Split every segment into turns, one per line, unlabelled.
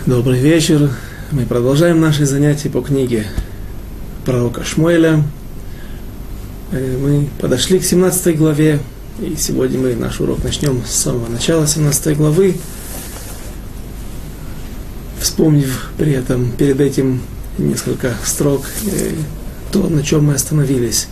Добрый вечер. Мы продолжаем наши занятия по книге пророка Шмуэля. Мы подошли к 17 главе, и сегодня мы наш урок начнем с самого начала 17 главы, вспомнив при этом, перед этим несколько строк, то, на чем мы остановились.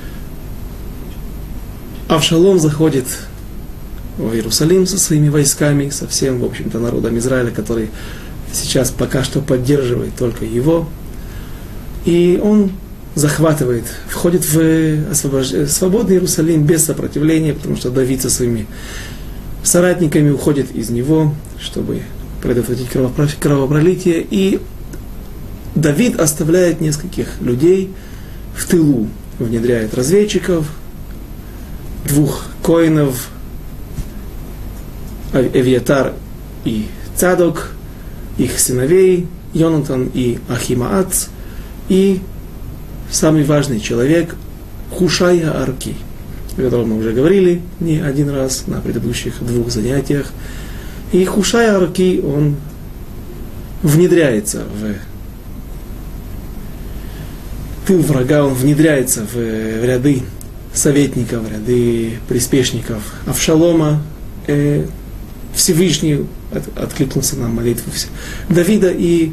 Авшалом заходит в Иерусалим со своими войсками, со всем, в общем-то, народом Израиля, который сейчас пока что поддерживает только его. И он захватывает, входит в свободный Иерусалим без сопротивления, потому что Давид со своими соратниками уходит из него, чтобы предотвратить кровопролитие. И Давид оставляет нескольких людей в тылу, внедряет разведчиков, двух коинов, Эвиатар и Цадок, их сыновей, Йонатан и Ахимаац, и самый важный человек, Хушая Арки, о котором мы уже говорили не один раз на предыдущих двух занятиях. И Хушая Арки, он внедряется в тыл врага, он внедряется в ряды советников, в ряды приспешников Авшалома. Всевышний откликнулся на молитву Давида и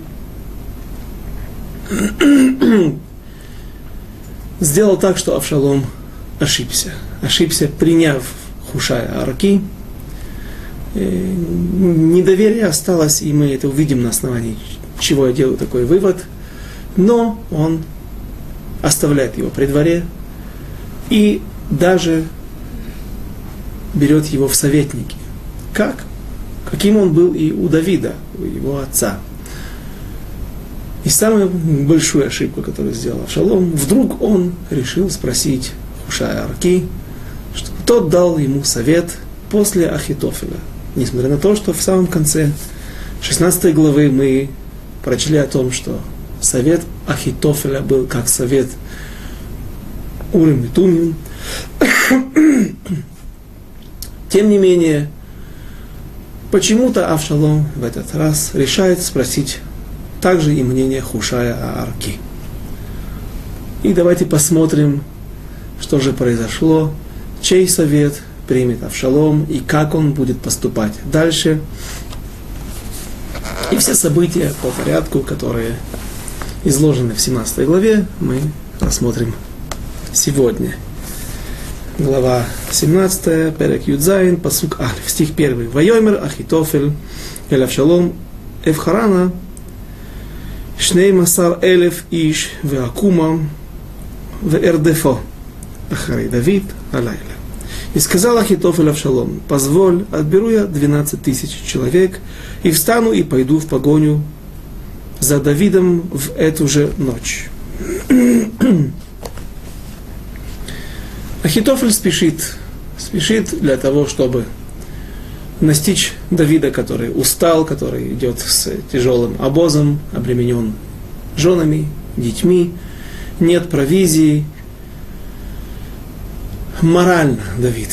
сделал так, что Авшалом ошибся, приняв Хушая Арки. Недоверие осталось, и мы это увидим на основании чего я делаю такой вывод. Но он оставляет его при дворе и даже берет его в советники. Каким он был и у Давида, у его отца. И самую большую ошибку, которую сделал Авшалом, вдруг он решил спросить Хушая Арки, чтобы тот дал ему совет после Ахитофеля. Несмотря на то, что в самом конце 16 главы мы прочли о том, что совет Ахитофеля был как совет Урим и Тумим. Тем не менее, почему-то Авшалом в этот раз решает спросить также и мнение Хушая Арки. И давайте посмотрим, что же произошло, чей совет примет Авшалом и как он будет поступать дальше. И все события по порядку, которые изложены в 17 главе, мы рассмотрим сегодня. Глава 17, Перек Юдзайн, пасук Алеф, стих 1. Вайомер Ахитофель эль Авшалом Эвхарана Шней Масар Элеф Иш Веакума Веэрдефо Ахарей Давид Алайла. И сказал Ахитофель Авшалом: позволь, отберу я 12 тысяч человек, и встану и пойду в погоню за Давидом в эту же ночь. Ахитофель спешит для того, чтобы настичь Давида, который устал, который идет с тяжелым обозом, обременен женами, детьми, нет провизии. Морально Давид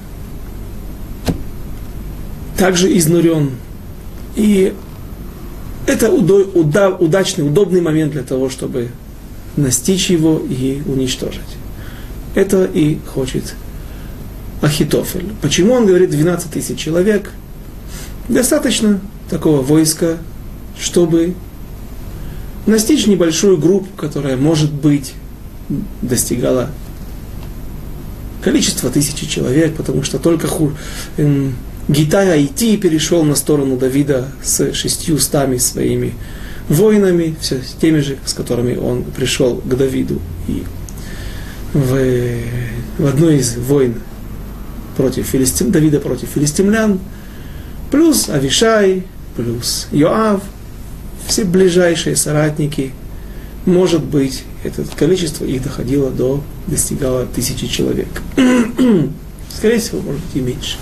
также изнурен. И это удачный, удобный момент для того, чтобы настичь его и уничтожить. Это и хочет Ахитофель. Почему он говорит 12 тысяч человек? Достаточно такого войска, чтобы настичь небольшую группу, которая, может быть, достигала количества 1000 человек, потому что только Гитай Айти перешел на сторону Давида с 600 своими воинами, все с теми же, с которыми он пришел к Давиду. И в одной из войн Давида против филистимлян, плюс Авишай, плюс Йоав, все ближайшие соратники, может быть, это количество их достигало 1000 человек. Скорее всего, может быть, и меньше.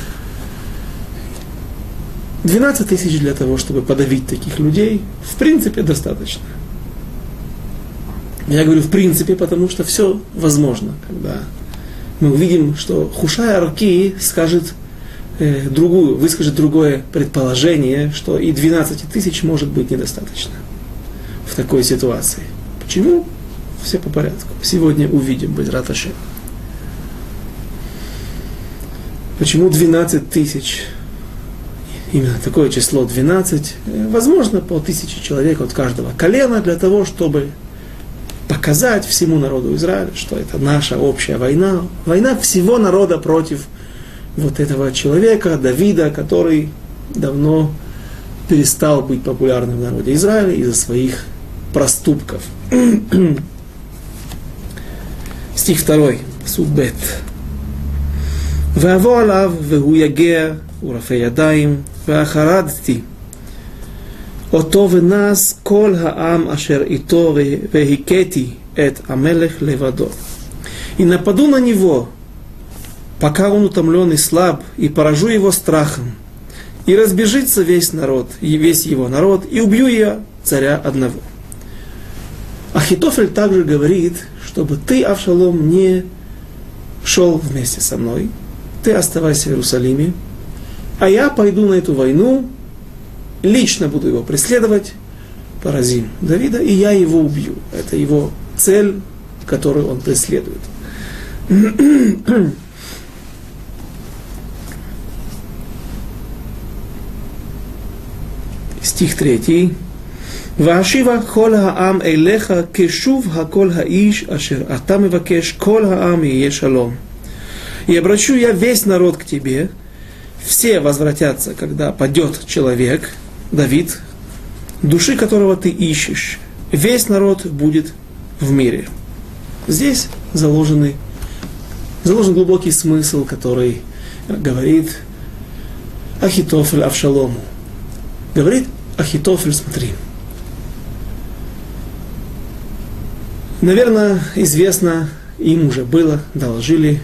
12 тысяч для того, чтобы подавить таких людей, в принципе, достаточно. Я говорю в принципе, потому что все возможно, когда мы увидим, что Хушай Арки скажет выскажет другое предположение, что и 12 тысяч может быть недостаточно в такой ситуации. Почему? Все по порядку. Сегодня увидим, Безрат Ашем. Почему 12 тысяч? Именно такое число 12. Возможно, по 1000 человек от каждого колена, для того, чтобы показать всему народу Израиля, что это наша общая война. Война всего народа против вот этого человека, Давида, который давно перестал быть популярным в народе Израиля из-за своих проступков. Стих 2, פסוק ב' ועבור עליו והוא יגע ורפה ידיים ואחרדתי אותו ונס כל העם אשר איתו והכיתי את המלך לבדו. И нападу на него, пока он утомлен и слаб, и поражу его страхом, и разбежится весь народ, и весь его народ, и убью я царя одного. Ахитофель также говорит, чтобы ты, Авшалом, не шел вместе со мной, ты оставайся в Иерусалиме, а я пойду на эту войну, лично буду его преследовать, поразим Давида, и я его убью. Это его цель, которую он преследует. Стих 3. ואשיבה כל העם אליך כשוב הכל האיש אשר אתה מבקש כל העם יהיה שלום. И обращу я весь народ к тебе, все возвратятся, когда падет человек, Давид, души которого ты ищешь. Весь народ будет в мире. Здесь заложен глубокий смысл, который говорит Ахитофель Авшалому. Говорит Ахитофель, смотри. Наверное, известно, им уже было, доложили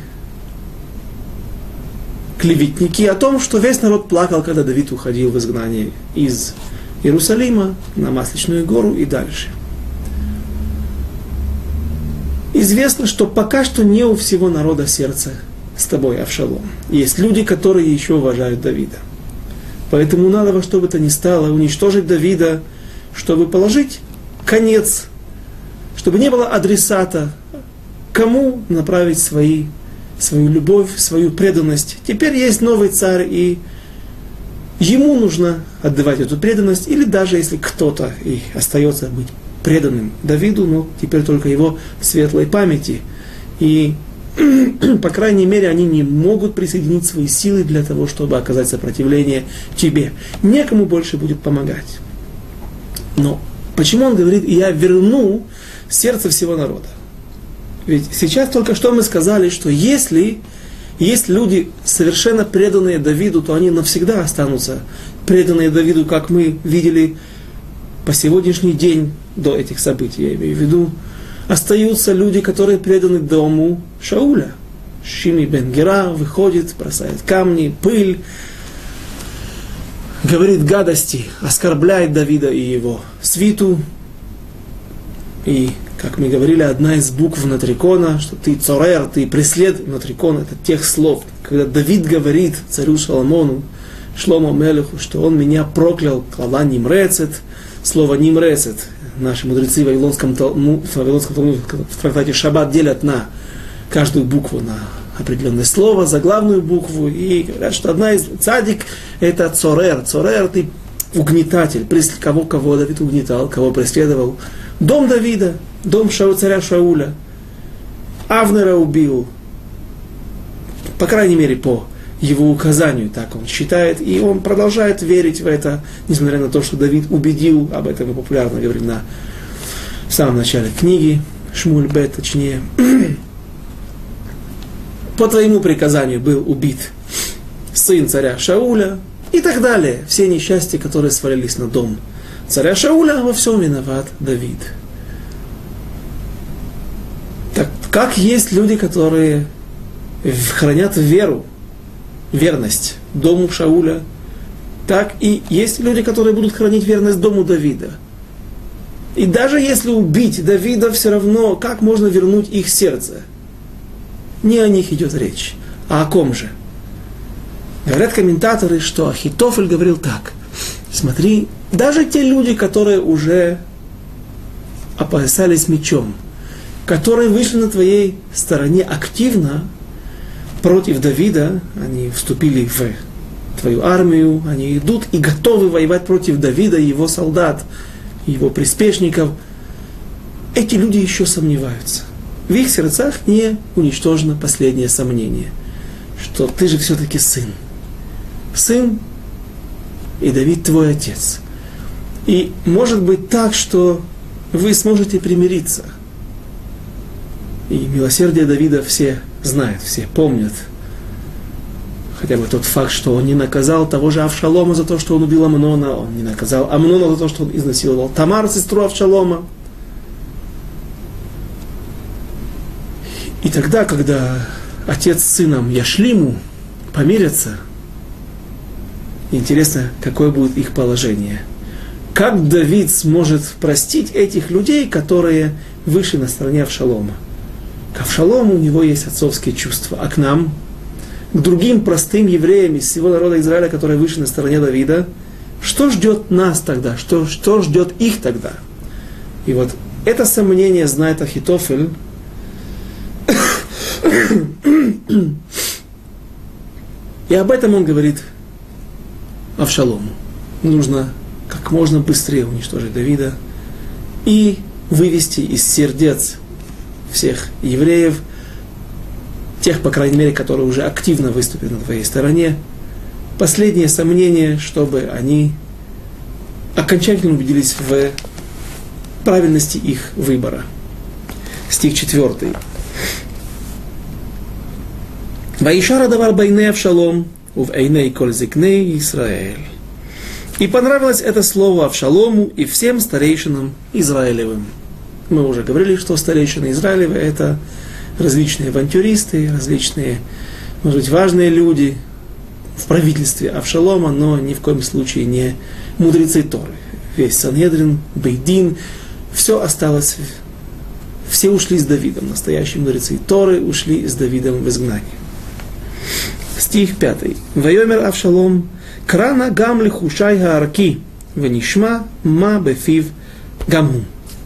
клеветники о том, что весь народ плакал, когда Давид уходил в изгнание из Иерусалима на Масличную гору и дальше. Известно, что пока что не у всего народа сердце с тобой, Авшалом. Есть люди, которые еще уважают Давида. Поэтому надо во что бы то ни стало уничтожить Давида, чтобы положить конец, чтобы не было адресата, кому направить свою любовь, свою преданность. Теперь есть новый царь, и ему нужно отдавать эту преданность, или даже если кто-то и остается быть преданным Давиду, но теперь только его светлой памяти. И, по крайней мере, они не могут присоединить свои силы для того, чтобы оказать сопротивление тебе. Некому больше будет помогать. Но почему он говорит, я верну сердце всего народа? Ведь сейчас только что мы сказали, что если есть люди, совершенно преданные Давиду, то они навсегда останутся преданные Давиду, как мы видели по сегодняшний день до этих событий. Я имею в виду, остаются люди, которые преданы дому Шауля. Шими бен Гера выходит, бросает камни, пыль, говорит гадости, оскорбляет Давида и его свиту. И, как мы говорили, одна из букв Натрикона, что ты цорер, ты преследуешь, Натрикон, это тех слов. Когда Давид говорит царю Шоломону, Шломо Мелеху, что он меня проклял, клала Нимрецет, слово Нимрецет. Наши мудрецы в Вавилонском Талмуде, в трактате Шаббат делят на каждую букву на определенное слово, заглавную букву, и говорят, что одна из цадик это цорер. Цорер, ты угнетатель. Кого Давид угнетал, кого преследовал? Дом Давида, дом царя Шауля. Авнера убил. По крайней мере, по его указанию, так он считает, и он продолжает верить в это, несмотря на то, что Давид убедил, об этом мы популярно говорим в самом начале книги, Шмуль Бет, точнее, по твоему приказанию был убит сын царя Шауля, и так далее. Все несчастья, которые свалились на дом царя Шауля, во всем виноват Давид. Так как есть люди, которые хранят верность дому Шауля, так и есть люди, которые будут хранить верность дому Давида. И даже если убить Давида, все равно, как можно вернуть их сердце? Не о них идет речь. А о ком же? Говорят комментаторы, что Ахитофель говорил так: смотри, даже те люди, которые уже опоясались мечом, которые вышли на твоей стороне активно против Давида, они вступили в твою армию, они идут и готовы воевать против Давида и его солдат, его приспешников. Эти люди еще сомневаются. В их сердцах не уничтожено последнее сомнение, что ты же все-таки сын. Сын, и Давид твой отец. И может быть так, что вы сможете примириться. И милосердие Давида все знают, все помнят. Хотя бы тот факт, что он не наказал того же Авшалома за то, что он убил Амнона, он не наказал Амнона за то, что он изнасиловал Тамар, сестру Авшалома. И тогда, когда отец с сыном Яшлиму помирятся, интересно, какое будет их положение. Как Давид сможет простить этих людей, которые вышли на стороне Авшалома? К Авшалому у него есть отцовские чувства, а к нам, к другим простым евреям из всего народа Израиля, которые вышли на стороне Давида, что ждет нас тогда? Что ждет их тогда? И вот это сомнение знает Ахитофель. И об этом он говорит Авшалому. Нужно как можно быстрее уничтожить Давида и вывести из сердец всех евреев, тех, по крайней мере, которые уже активно выступили на твоей стороне, последнее сомнение, чтобы они окончательно убедились в правильности их выбора. Стих 4. «Ваишара давар байней Авшалом, ув эйней коль зикней Исраэль». И понравилось это слово Авшалому и всем старейшинам Израилевым. Мы уже говорили, что старейшины Израилевы — это различные авантюристы, различные, может быть, важные люди в правительстве Авшалома, но ни в коем случае не мудрецы Торы. Весь Сангедрин, Бейдин, все осталось, все ушли с Давидом. Настоящие мудрецы Торы ушли с Давидом в изгнание. Стих 5. «Вайомер Авшалом крана гам лихушай хаарки, венишма ма бефив гаму».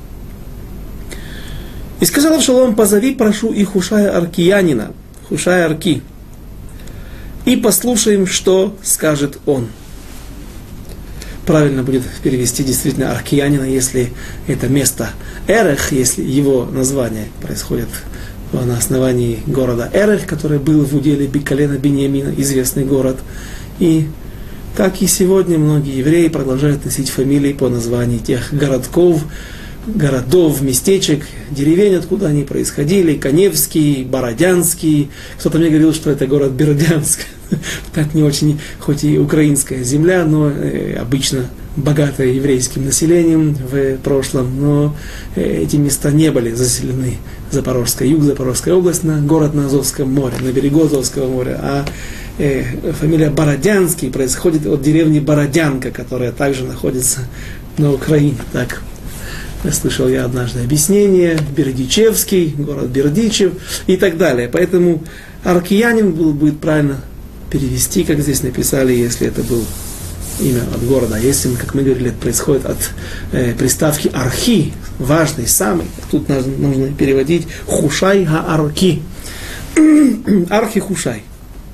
И сказал Авшалом: позови, прошу, и Хушая Аркиянина, Хушая Арки, и послушаем, что скажет он. Правильно будет перевести действительно Аркиянина, если это место Эрех, если его название происходит на основании города Эрех, который был в уделе колена Биньямина, известный город. И как и сегодня многие евреи продолжают носить фамилии по названию тех городов, местечек, деревень, откуда они происходили: Каневский, Бородянский. Кто-то мне говорил, что это город Бердянск. Так не очень, хоть и украинская земля, но обычно богатая еврейским населением в прошлом, но эти места не были заселены. Юг Запорожская область, город на Азовском море, на берегу Азовского моря, а фамилия Бородянский происходит от деревни Бородянка, которая также находится на Украине. Так слышал я однажды объяснение: Бердичевский, город Бердичев и так далее. Поэтому Аркиянин будет правильно перевести, как здесь написали, если это был имя от города. Если, как мы говорили, это происходит от приставки архи, важный, самый. Тут нужно переводить Хушай ха-арки. Архи Хушай.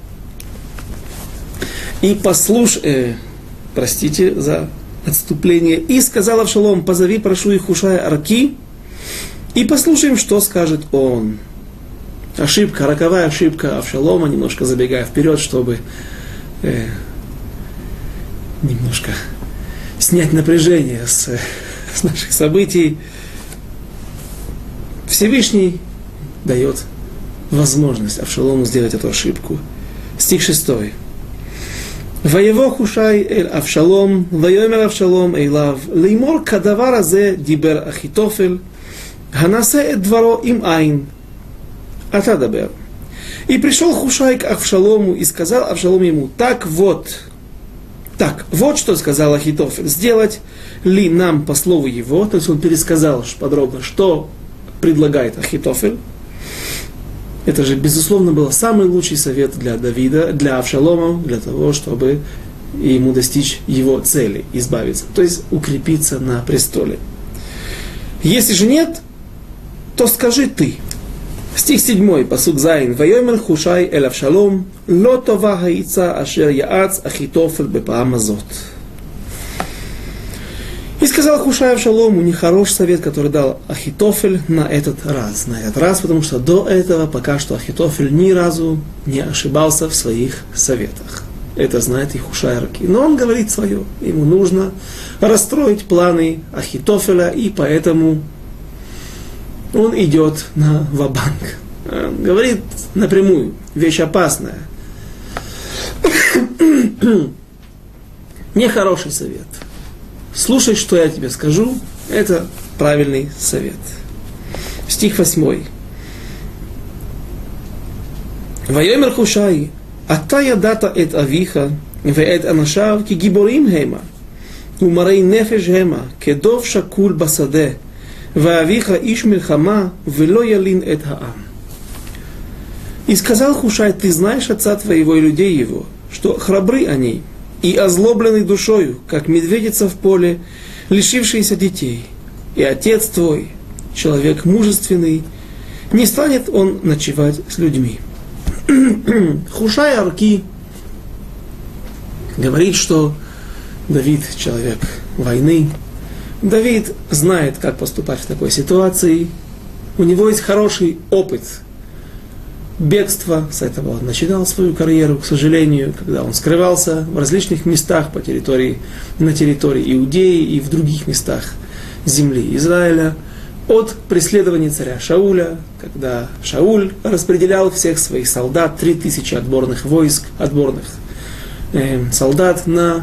И простите за отступление. И сказал Авшалом: позови, прошу, их Хушая Арки, и послушаем, что скажет он. Ошибка, роковая ошибка Авшалома, немножко забегая вперед, чтобы немножко снять напряжение с наших событий. Всевышний дает возможность Авшалому сделать эту ошибку. Стих 6. «Воево Хушай эль Авшалом, воемер Авшалом эйлав, леймор кадавар азе дибер Ахитофель, ханасе эт дворо им айн, атадабер». И пришел Хушай к Авшалому и сказал Авшалом ему: вот что сказал Ахитофель: сделать ли нам по слову его, то есть он пересказал подробно, что предлагает Ахитофель. Это же, безусловно, был самый лучший совет для Давида, для Авшалома, для того, чтобы ему достичь его цели, избавиться, то есть укрепиться на престоле. Если же нет, то скажи ты. Стих 7, пасук Зайн. Вайомер Хушай эль Авшалом, ло това хаица ашер яац Ахитофель бепаам азот. И сказал Хушай Авшалому, нехороший совет, который дал Ахитофель на этот раз. На этот раз, потому что до этого пока что Ахитофель ни разу не ошибался в своих советах. Это знает и Хушай Арки. Но он говорит свое. Ему нужно расстроить планы Ахитофеля, и поэтому он идет на ва-банк. Он говорит напрямую, вещь опасная. Нехороший совет. Слушай, что я тебе скажу, это правильный совет. Стих 8. Вайомер Хушай, ата ядата эт авиха, веэт анашав, ки гиборим хема, умарей нефеш хема, кедов шакул басаде, ваавиха иш мильхама, вело ялин эт хаам. И сказал Хушай, ты знаешь отца твоего и людей его, что храбры они, и озлобленный душою, как медведица в поле, лишившийся детей. И отец твой, человек мужественный, не станет он ночевать с людьми. Хушай Арки говорит, что Давид человек войны. Давид знает, как поступать в такой ситуации. У него есть хороший опыт бегства, с этого он начинал свою карьеру, к сожалению, когда он скрывался в различных местах по территории, на территории Иудеи и в других местах земли Израиля, от преследования царя Шауля, когда Шауль распределял всех своих солдат, 3000 отборных войск, солдат на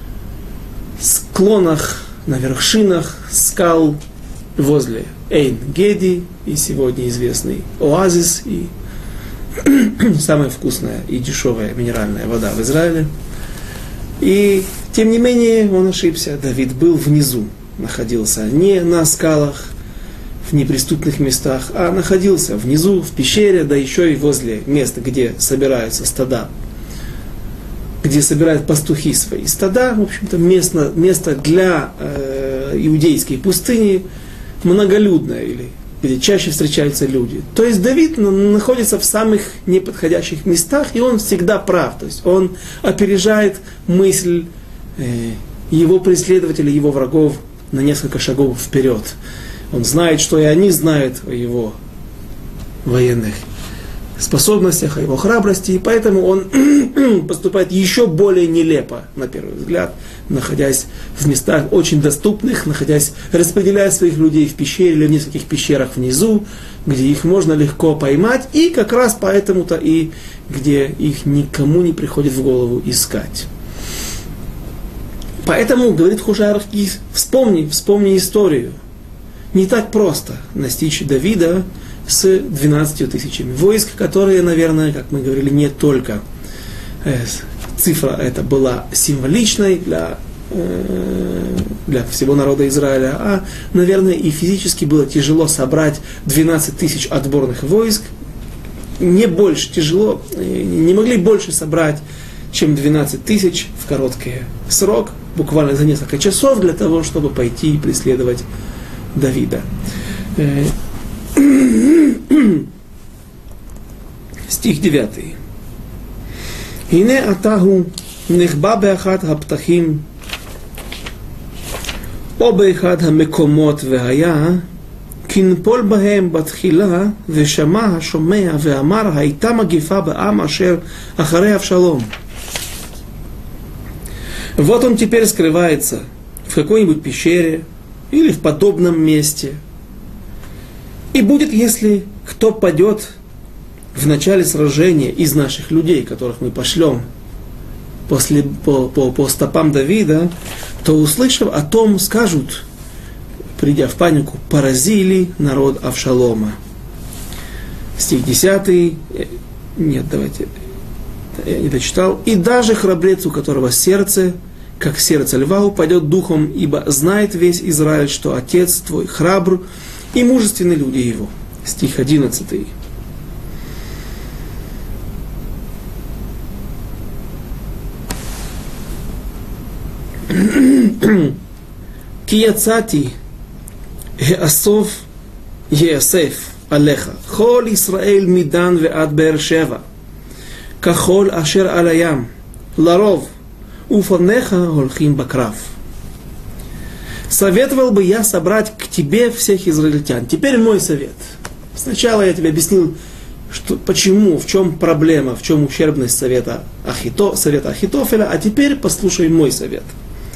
склонах, на вершинах скал возле Эйн-Геди, и сегодня известный оазис, и самая вкусная и дешевая минеральная вода в Израиле. И, тем не менее, он ошибся. Давид был внизу, находился не на скалах, в неприступных местах, а находился внизу, в пещере, да еще и возле места, где собираются стада, где собирают пастухи свои стада. В общем-то, место для иудейской пустыни многолюдное, или где чаще встречаются люди. То есть Давид находится в самых неподходящих местах, и он всегда прав. То есть он опережает мысль его преследователей, его врагов на несколько шагов вперед. Он знает, что и они знают о его военных способностях, о его храбрости, и поэтому он поступает еще более нелепо, на первый взгляд, находясь в местах очень доступных, распределяя своих людей в пещере или в нескольких пещерах внизу, где их можно легко поймать, и как раз поэтому-то и где их никому не приходит в голову искать. Поэтому, говорит Хушай Арки, вспомни историю. Не так просто настичь Давида с 12 тысячами войск, которые, наверное, как мы говорили, не только цифра эта была символичной для всего народа Израиля, а, наверное, и физически было тяжело собрать 12 тысяч отборных войск. Не могли больше собрать, чем 12 тысяч в короткий срок, буквально за несколько часов, для того, чтобы пойти и преследовать Давида. Стих 9. Ине атаху нехба беахат хаптахим או באחד המקומות והיה כי נפול בהם בתחילה ושמע השומע ואמר הייתה מגיפה בעם אשר אחרי אבשלום. Вот он теперь скрывается в какой-нибудь пещере или в подобном месте. И будет, если кто падет в начале сражения из наших людей, которых мы пошлем по стопам Давида, то, услышав о том, скажут, придя в панику, поразили народ Авшалома. Стих 10. Нет, давайте. Я не дочитал. И даже храбрец, у которого сердце, как сердце льва, упадет духом, ибо знает весь Израиль, что отец твой храбр и мужественны люди его. Стих 11. Кияцати Геасов Еасеф Алеха Хол Исраэль Мидан Веат Бершева Кахол Ашер Алаям Ларов Уфанеха Голхим Бакрав. Советовал бы я собрать к тебе всех израильтян. Теперь мой совет. Сначала я тебе объяснил, что, почему, в чем проблема, в чем ущербность совета Ахитофеля, а теперь послушай мой совет.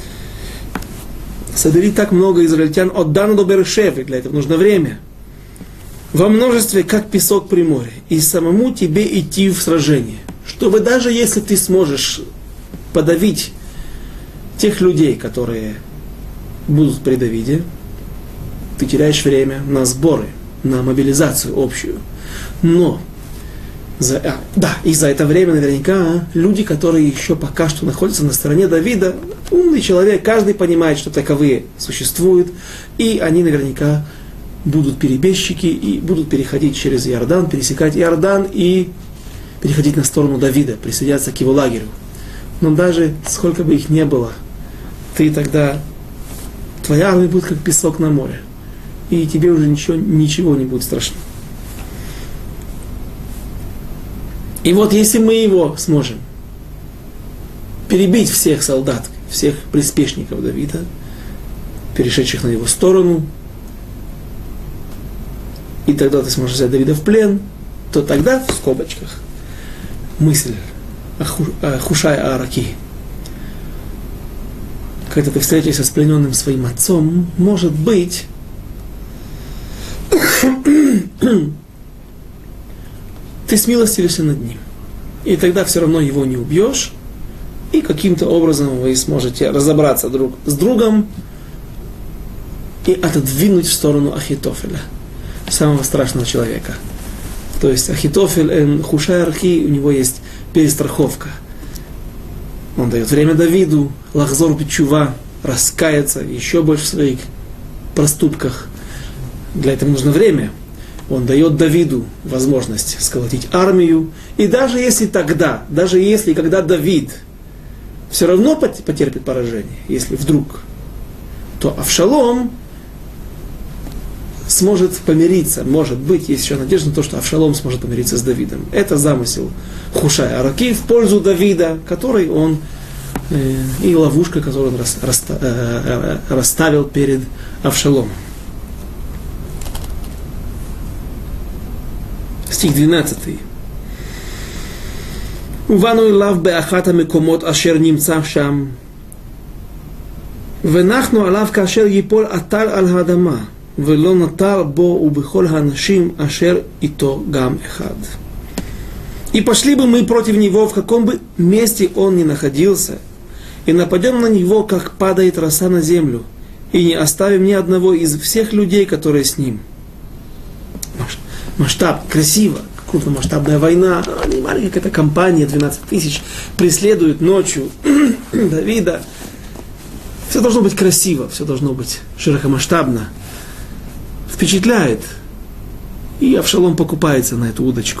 Собери так много израильтян от Дана до Бершевы, для этого нужно время, во множестве, как песок при море, и самому тебе идти в сражение, чтобы даже если ты сможешь подавить тех людей, которые будут при Давиде, ты теряешь время на сборы, на мобилизацию общую. Но и за это время наверняка люди, которые еще пока что находятся на стороне Давида, умный человек, каждый понимает, что таковые существуют, и они наверняка будут перебежчики и будут переходить через Иордан, пересекать Иордан и переходить на сторону Давида, присоединяться к его лагерю. Но даже сколько бы их не было, твоя армия будет как песок на море, и тебе уже ничего не будет страшно. И вот если мы его сможем перебить всех солдат, всех приспешников Давида, перешедших на его сторону, и тогда ты сможешь взять Давида в плен, то тогда, в скобочках, мысль Хушай Аараки, когда ты встретишься с плененным своим отцом, может быть, ты смилостивишься над ним. И тогда все равно его не убьешь, и каким-то образом вы сможете разобраться друг с другом и отодвинуть в сторону Ахитофеля, самого страшного человека. То есть Ахитофель, Хушай Аараки, у него есть перестраховка. Он дает время Давиду, лахзор битчува, раскаяться еще больше в своих проступках. Для этого нужно время. Он дает Давиду возможность сколотить армию. И даже если когда Давид все равно потерпит поражение, если вдруг, то Авшалом сможет помириться. Может быть, есть еще надежда на то, что Авшалом сможет помириться с Давидом. Это замысел Хушай Аараки в пользу Давида, который он и ловушка, которую он расставил перед Авшаломом. Стих 12. Увану илав беахат המקומות אשר נמצא שם ונחנו עליו כאשר ייפול אתר על האדמה ולא נותר בו ובכל האנשים אשר איתו גם אחד. И пошли бы мы против него, в каком бы месте он ни находился, и нападем на него, как падает роса на землю, и не оставим ни одного из всех людей, которые с ним. Масштаб, красиво, крупномасштабная война, не маленькая какая-то компания, 12 тысяч, преследует ночью Давида. Все должно быть красиво, все должно быть широкомасштабно. Впечатляет. И Авшалом покупается на эту удочку.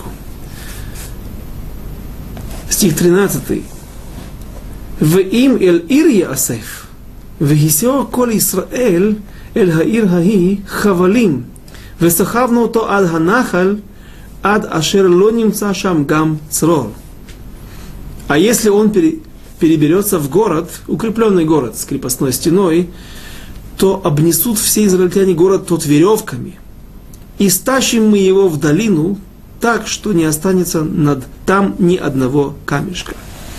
Стих 13. «Веим эль ир яасеф, вехисео кол Исраэль эль хаир хаи хавалим, весахавну ото аль ханахаль, ад ашер ло нимца шам гам црор». А если он переберется в город, укрепленный город с крепостной стеной, то обнесут все израильтяне город тот веревками, и стащим мы его в долину так, что не останется там ни одного камешка.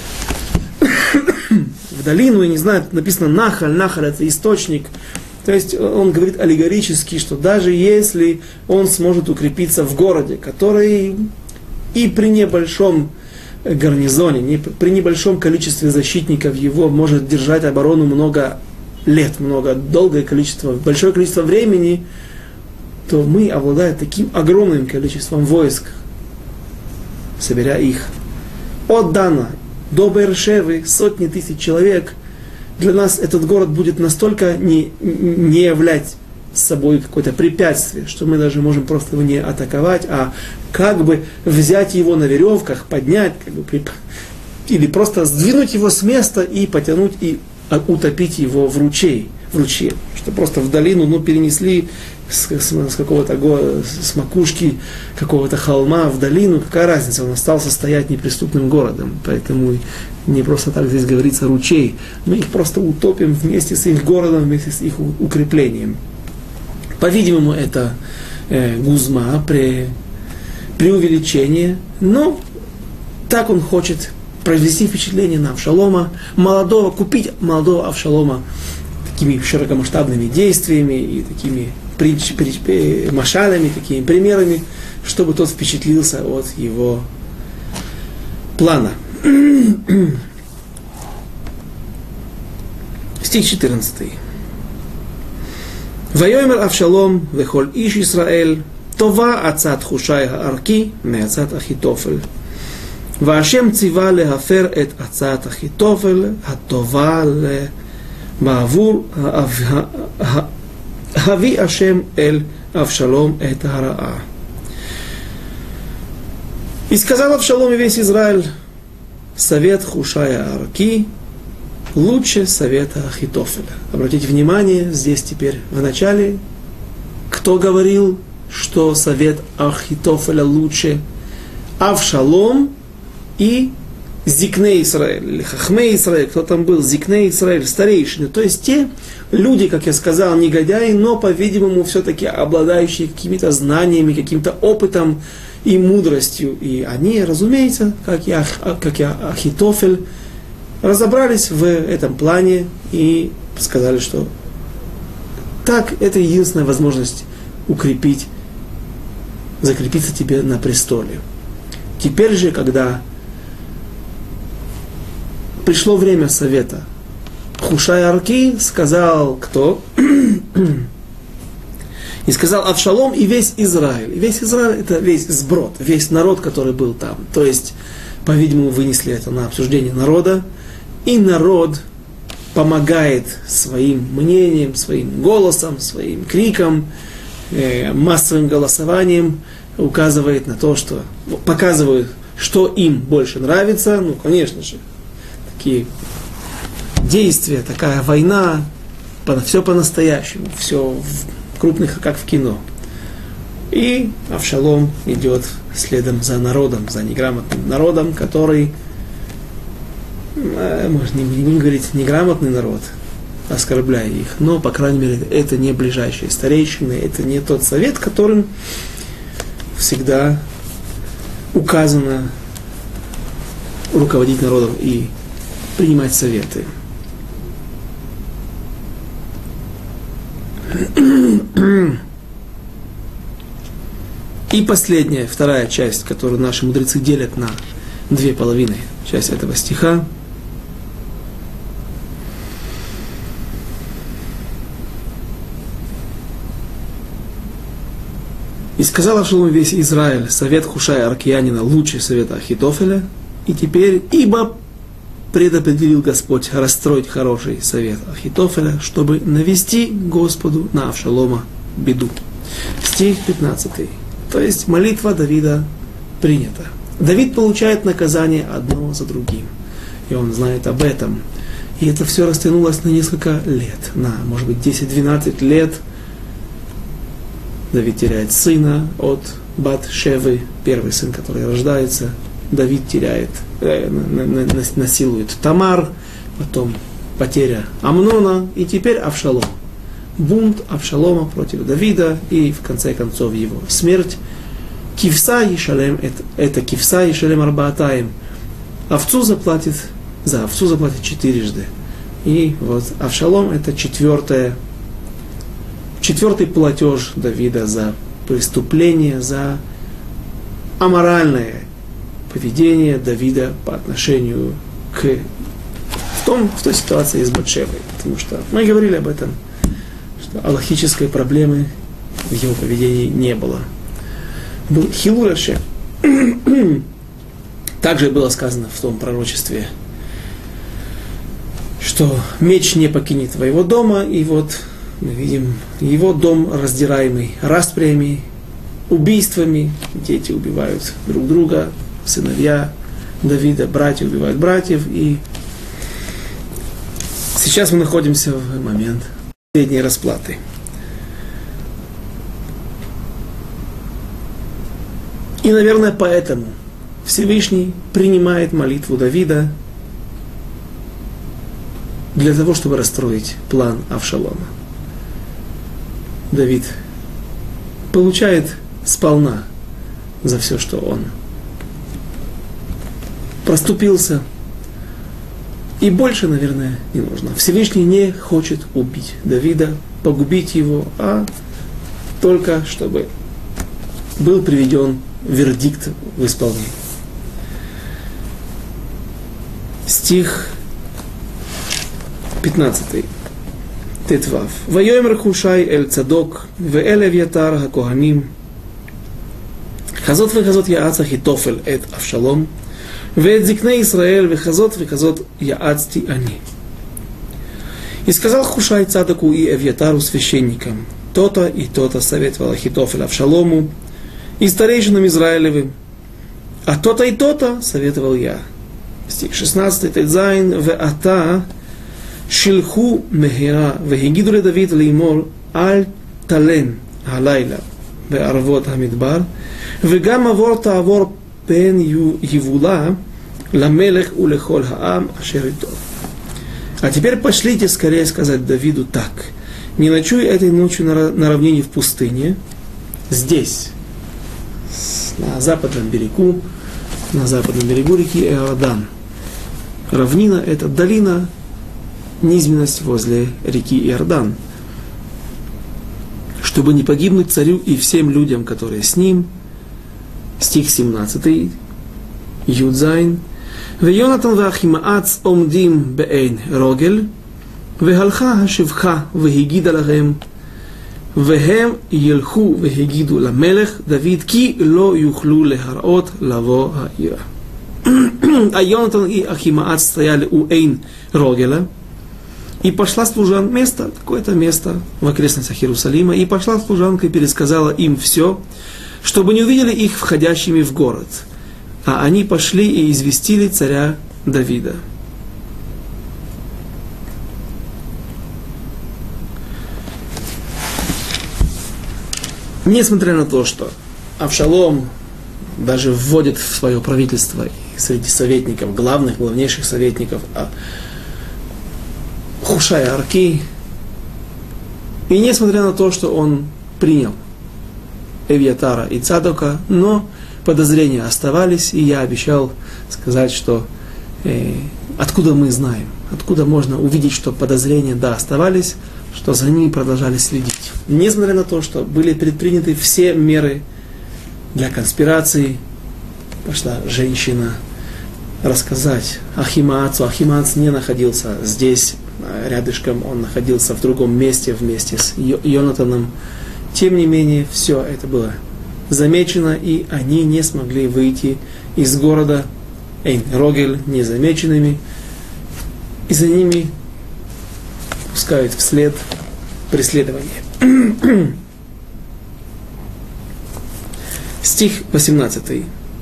В долину, я не знаю, написано Нахаль, Нахаль это источник. То есть он говорит аллегорически, что даже если он сможет укрепиться в городе, который и при небольшом гарнизоне, при небольшом количестве защитников его может держать оборону много лет, большое количество времени, то мы, обладая таким огромным количеством войск, собирая их от Дана до Бершевы, сотни тысяч человек, для нас этот город будет настолько не являть собой какое-то препятствие, что мы даже можем просто его не атаковать, а как бы взять его на веревках, поднять, или просто сдвинуть его с места и потянуть, и утопить его в ручье, что просто в долину, перенесли с какого-то, с макушки какого-то холма в долину, какая разница, он остался стоять неприступным городом, поэтому не просто так здесь говорится ручей, мы их просто утопим вместе с их городом, вместе с их укреплением. По-видимому, это гузма, преувеличение, но так он хочет произвести впечатление на Авшалома, купить молодого Авшалома такими широкомасштабными действиями и такими машалями, такими примерами, чтобы тот впечатлился от его плана. Стих 14. ויאמר אבשלום וכל איש ישראל טובה עצת חושי הערכי מעצת אחיתופל. והשם ציווה להפר את עצת אחיתופל הטובה בעבור הביא השם אל אבשלום את הרעה. И сказал Авшалом и весь Израиль: совет Хушая Арки лучше совета Ахитофеля. Обратите внимание, здесь теперь в начале, кто говорил, что совет Ахитофеля лучше? Авшалом и Зикней Исраэль, или Хахмей Исраэль, кто там был, Зикней Исраэль, старейшины, то есть те люди, как я сказал, негодяи, но, по-видимому, все-таки обладающие какими-то знаниями, каким-то опытом и мудростью. И они, разумеется, как и Ахитофель, разобрались в этом плане и сказали, что так, это единственная возможность закрепиться тебе на престоле. Теперь же, когда пришло время совета, Хушай Арки сказал кто? И сказал Авшалом и весь Израиль. И весь Израиль — это весь сброд, весь народ, который был там. То есть, по-видимому, вынесли это на обсуждение народа. И народ помогает своим мнением, своим голосом, своим криком, массовым голосованием, указывает на то, что показывают, что им больше нравится. Конечно же, такие действия, такая война, все по-настоящему, все в крупных, как в кино. И Авшалом идет следом за народом, за неграмотным народом, который, можно не говорить неграмотный народ, оскорбляя их, но, по крайней мере, это не ближайшие старейшины, это не тот совет, которым всегда указано руководить народом и принимать советы. И последняя, вторая часть, которую наши мудрецы делят на две половины, часть этого стиха. И сказал Авшалом весь Израиль, совет Хушая Аркиянина лучше совета Ахитофеля. И теперь, ибо предопределил Господь расстроить хороший совет Ахитофеля, чтобы навести Господу на Авшалома беду. Стих 15. То есть молитва Давида принята. Давид получает наказание одно за другим. И он знает об этом. И это все растянулось на несколько лет. На, может быть, 10-12 лет. Давид теряет сына от Бат-Шевы, первый сын, который рождается. Давид насилует Тамар, потом потеря Амнона, и теперь Авшалом. Бунт Авшалома против Давида, и в конце концов его смерть. Кивса Ешалем, это Кивса Ешалем Арбаатаем. За овцу заплатит четырежды. И вот Авшалом — это четвертый платеж Давида за преступление, за аморальное поведение Давида по отношению в той ситуации с Батшевой. Потому что мы говорили об этом, что аллахической проблемы в его поведении не было. Был хилуль Ашем. Также было сказано в том пророчестве, что меч не покинет твоего дома, и вот мы видим его дом, раздираемый распрями, убийствами, дети убивают друг друга, сыновья Давида, братья убивают братьев, и сейчас Сейчас мы находимся в момент последней расплаты. И, наверное, поэтому Всевышний принимает молитву Давида для того, чтобы расстроить план Авшалома. Давид получает сполна за все, что он проступился. И больше, наверное, не нужно. Всевышний не хочет убить Давида, погубить его, а только чтобы был приведен вердикт в исполнение. Стих 15. Тетвав. Вайомер Хушай эль Цадок, веэль Авьятар хакоганим, хазот вехазот яац Ахитофель эт Авшалом, веэт зикне Исраэль вехазот яацти они. И сказал Хушай Цадаку и Авьятару священникам, то-то и то-то советовал Ахитофель Авшалому и старейшинам Израилевым, а то-то и то-то советовал я. Стих 16. Тедзайн веата шилху мехира вегиду ледавид леймор аль тален халайла בערבות המדבר וגם עבור תעבור פן יבולה למלך ולכל העם אשר איתו. А теперь пошлите скорее сказать Давиду так: не ночуй этой ночью на равнине в пустыне, здесь, на западном берегу реки Иордан. Равнина – это долина, низменность возле реки Иордан. Чтобы не погибнуть царю и всем людям, которые с ним. Стих 17. Юдзайн. ויונתן ואחימאץ עומדים בעין רוגל, והלכה השבחה והגידה להם, והם ילכו והגידו למלך דוד כי לא יוכלו להראות לבוא העירה. А Йонатан и Ахимаац стояли у Эйн Рогеля, и пошла служанка, место, какое-то место в окрестностях Иерусалима, и пошла служанка и пересказала им все, чтобы не увидели их входящими в город. А они пошли и известили царя Давида. Несмотря на то, что Авшалом даже вводит в свое правительство среди советников, главнейших советников, Хушая Арки, и несмотря на то, что он принял Эвьятара и Цадока, но подозрения оставались, и я обещал сказать, что откуда мы знаем, откуда можно увидеть, что подозрения, да, оставались, что за ними продолжали следить. Несмотря на то, что были предприняты все меры для конспирации, пошла женщина рассказать Ахимаацу. Ахимаац не находился здесь, рядышком, он находился в другом месте вместе с Йонатаном. Тем не менее, все это было замечено, и они не смогли выйти из города Эйн-Рогель незамеченными, и за ними пускают вслед преследование. Стих 18.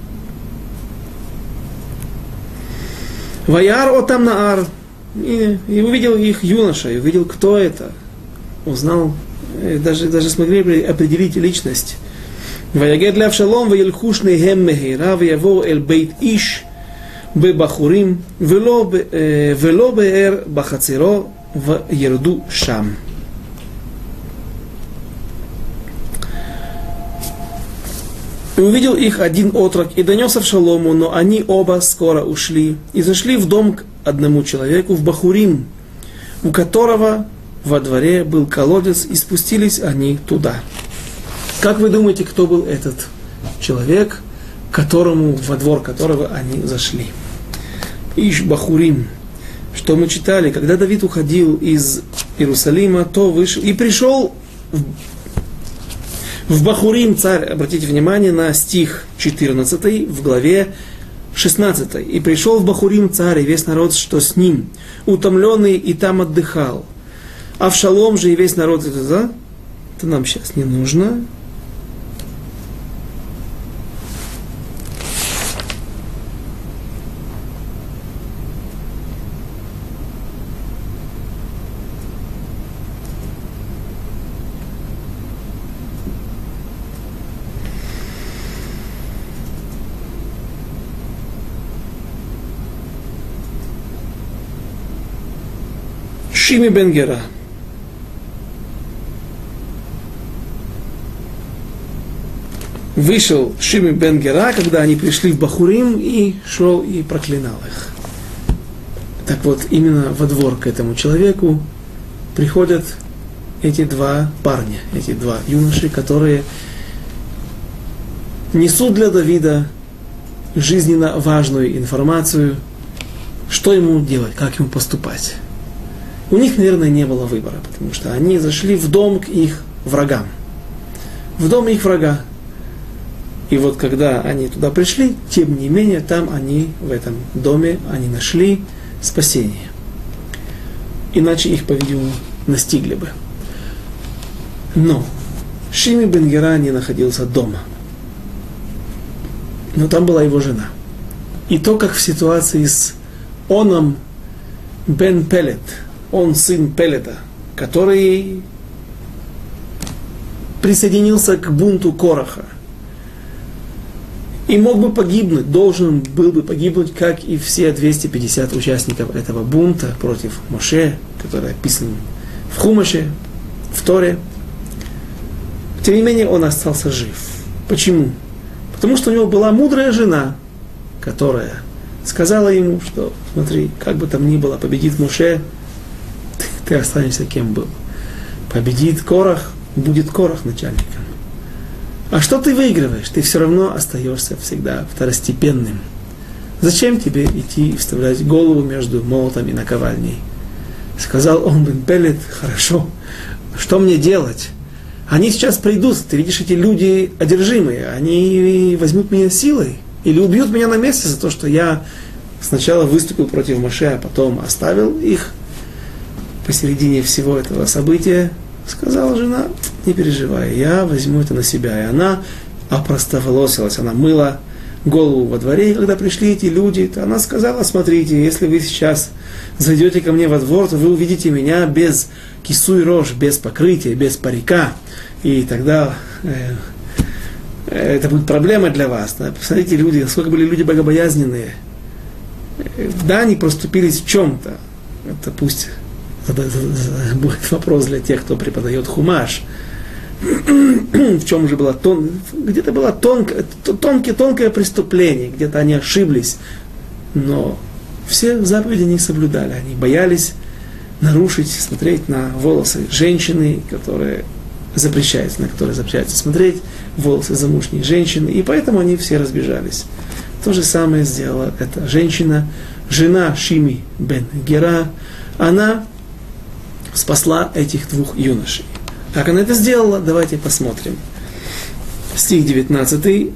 Ваяр отам наар. И увидел их юноша, и увидел, кто это. Узнал, даже смогли определить личность. Ваягед лавшалом ваилхуш нехем мехира ваяво эль бейт иш бебахурим вело беэр бахациро ваерду шам. И увидел их один отрок, и донес Авшалому, но они оба скоро ушли, и зашли в дом к одному человеку, в Бахурим, у которого во дворе был колодец, и спустились они туда. Как вы думаете, кто был этот человек, во двор которого они зашли? Иш Бахурим. Что мы читали, когда Давид уходил из Иерусалима, то вышел и пришел в Бахурим царь, обратите внимание на стих 14 в главе 16. «И пришел в Бахурим царь, и весь народ, что с ним, утомленный, и там отдыхал. Авшалом же и весь народ, это нам сейчас не нужно». Шими бен Гера. Вышел Шими бен Гера, когда они пришли в Бахурим, и шел и проклинал их. Так вот, именно во двор к этому человеку приходят эти два парня, эти два юноши, которые несут для Давида жизненно важную информацию, что ему делать, как ему поступать. У них, наверное, не было выбора, потому что они зашли в дом к их врагам. В дом их врага. И вот когда они туда пришли, тем не менее, там они, в этом доме, они нашли спасение. Иначе их, по-видимому, настигли бы. Но Шими бен Гера не находился дома. Но там была его жена. И то, как в ситуации с Оном бен Пелет, он сын Пелета, который присоединился к бунту Кораха, и мог бы погибнуть, должен был бы погибнуть, как и все 250 участников этого бунта против Моше, который описан в Хумаше, в Торе. Тем не менее, он остался жив. Почему? Потому что у него была мудрая жена, которая сказала ему, что, смотри, как бы там ни было, победит Моше, ты останешься кем был. Победит Корах, будет Корах начальником. А что ты выигрываешь? Ты все равно остаешься всегда второстепенным. Зачем тебе идти и вставлять голову между молотом и наковальней? Сказал он бен Пелет, хорошо, что мне делать? Они сейчас придут, ты видишь, эти люди одержимые, они возьмут меня силой или убьют меня на месте за то, что я сначала выступил против Моше, а потом оставил их посередине всего этого события. Сказала жена, не переживай, я возьму это на себя. И она опростоволосилась, она мыла голову во дворе, и когда пришли эти люди, то она сказала, смотрите, если вы сейчас зайдете ко мне во двор, то вы увидите меня без кису и рожь, без покрытия, без парика, и тогда это будет проблема для вас. Да? Посмотрите, люди, насколько были люди богобоязненные. Да, они проступились в чем-то, это пусть будет вопрос для тех, кто преподает хумаш. В чем же было где-то было тонкое преступление, где-то они ошиблись, но все заповеди не соблюдали, они боялись нарушить, смотреть на волосы женщины, на которые запрещается смотреть, волосы замужней женщины, и поэтому они все разбежались. То же самое сделала эта женщина, жена Шими бен Гера, она спасла этих двух юношей. Как она это сделала, давайте посмотрим. Стих 19.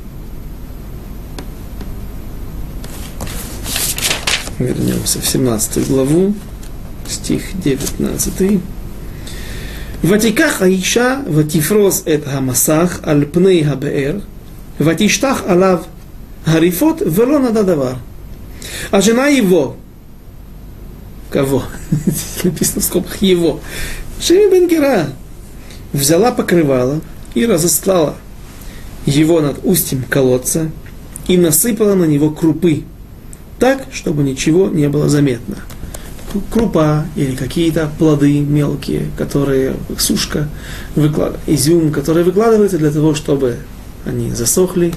Вернемся в 17 главу. Стих 19. Ватиках аиша ватифроз эт хамасах аль пней хабеэр ватиштах алав харифот вело нададавар. А жена его, кого? Написано в скобках его. Шими бен Гера взяла покрывало и разослала его над устьем колодца и насыпала на него крупы, так, чтобы ничего не было заметно. Крупа или какие-то плоды мелкие, которые сушка, изюм, которые выкладываются для того, чтобы они засохли.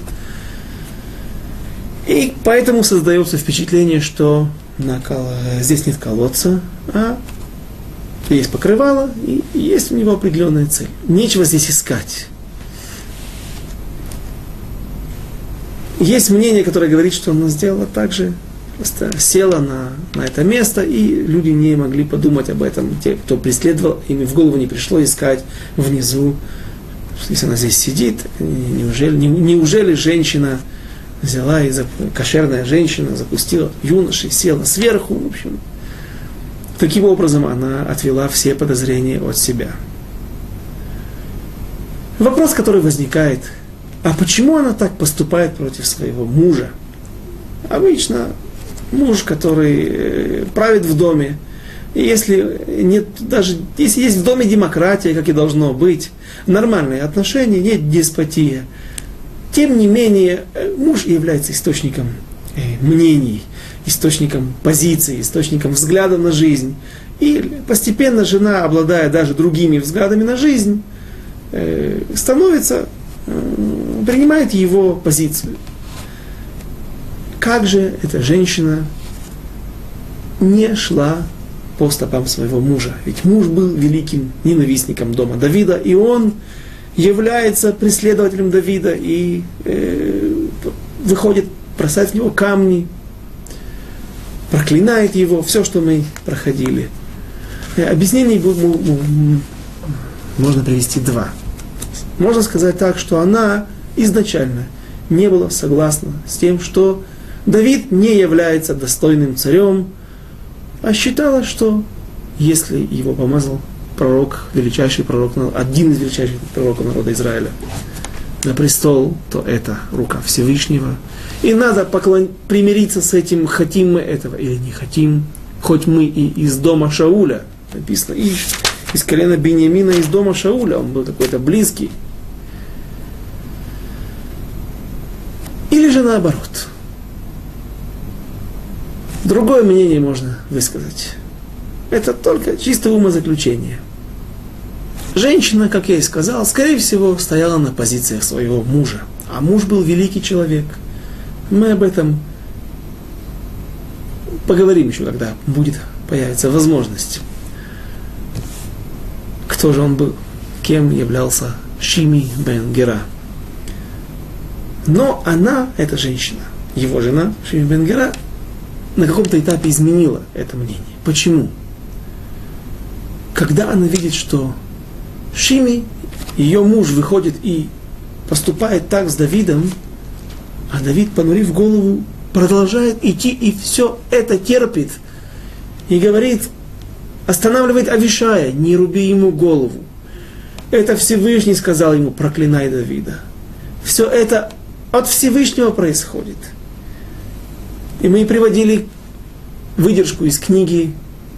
И поэтому создается впечатление, что здесь нет колодца, а есть покрывало, и есть у него определенная цель. Нечего здесь искать. Есть мнение, которое говорит, что она сделала так же, просто села на это место, и люди не могли подумать об этом. Те, кто преследовал, им в голову не пришло искать внизу. Если она здесь сидит, неужели женщина взяла, кошерная женщина, запустила юношей, села сверху, в общем. Таким образом, она отвела все подозрения от себя. Вопрос, который возникает, а почему она так поступает против своего мужа? Обычно муж, который правит в доме, и если есть в доме демократия, как и должно быть, нормальные отношения, нет деспотия, тем не менее, муж является источником мнений, источником позиции, источником взгляда на жизнь. И постепенно жена, обладая даже другими взглядами на жизнь, принимает его позицию. Как же эта женщина не шла по стопам своего мужа? Ведь муж был великим ненавистником дома Давида, и он является преследователем Давида, и выходит, бросает в него камни, проклинает его, все, что мы проходили. Объяснений можно привести два. Можно сказать так, что она изначально не была согласна с тем, что Давид не является достойным царем, а считала, что если его помазал пророк, величайший пророк, один из величайших пророков народа Израиля на престол, то это рука Всевышнего. И надо примириться с этим, хотим мы этого или не хотим, хоть мы и из дома Шауля, написано, из колена Биньямина, из дома Шауля, он был какой-то близкий. Или же наоборот. Другое мнение можно высказать. Это только чисто умозаключение. Женщина, как я и сказал, скорее всего, стояла на позициях своего мужа. А муж был великий человек. Мы об этом поговорим еще, когда появится возможность. Кто же он был? Кем являлся Шими бен Гера? Но она, эта женщина, его жена, Шими бен Гера, на каком-то этапе изменила это мнение. Почему? Когда она видит, что Шими, ее муж, выходит и поступает так с Давидом, а Давид, понурив голову, продолжает идти и все это терпит. И говорит, останавливает Авишая, не руби ему голову. Это Всевышний сказал ему, проклинай Давида. Все это от Всевышнего происходит. И мы приводили выдержку из книги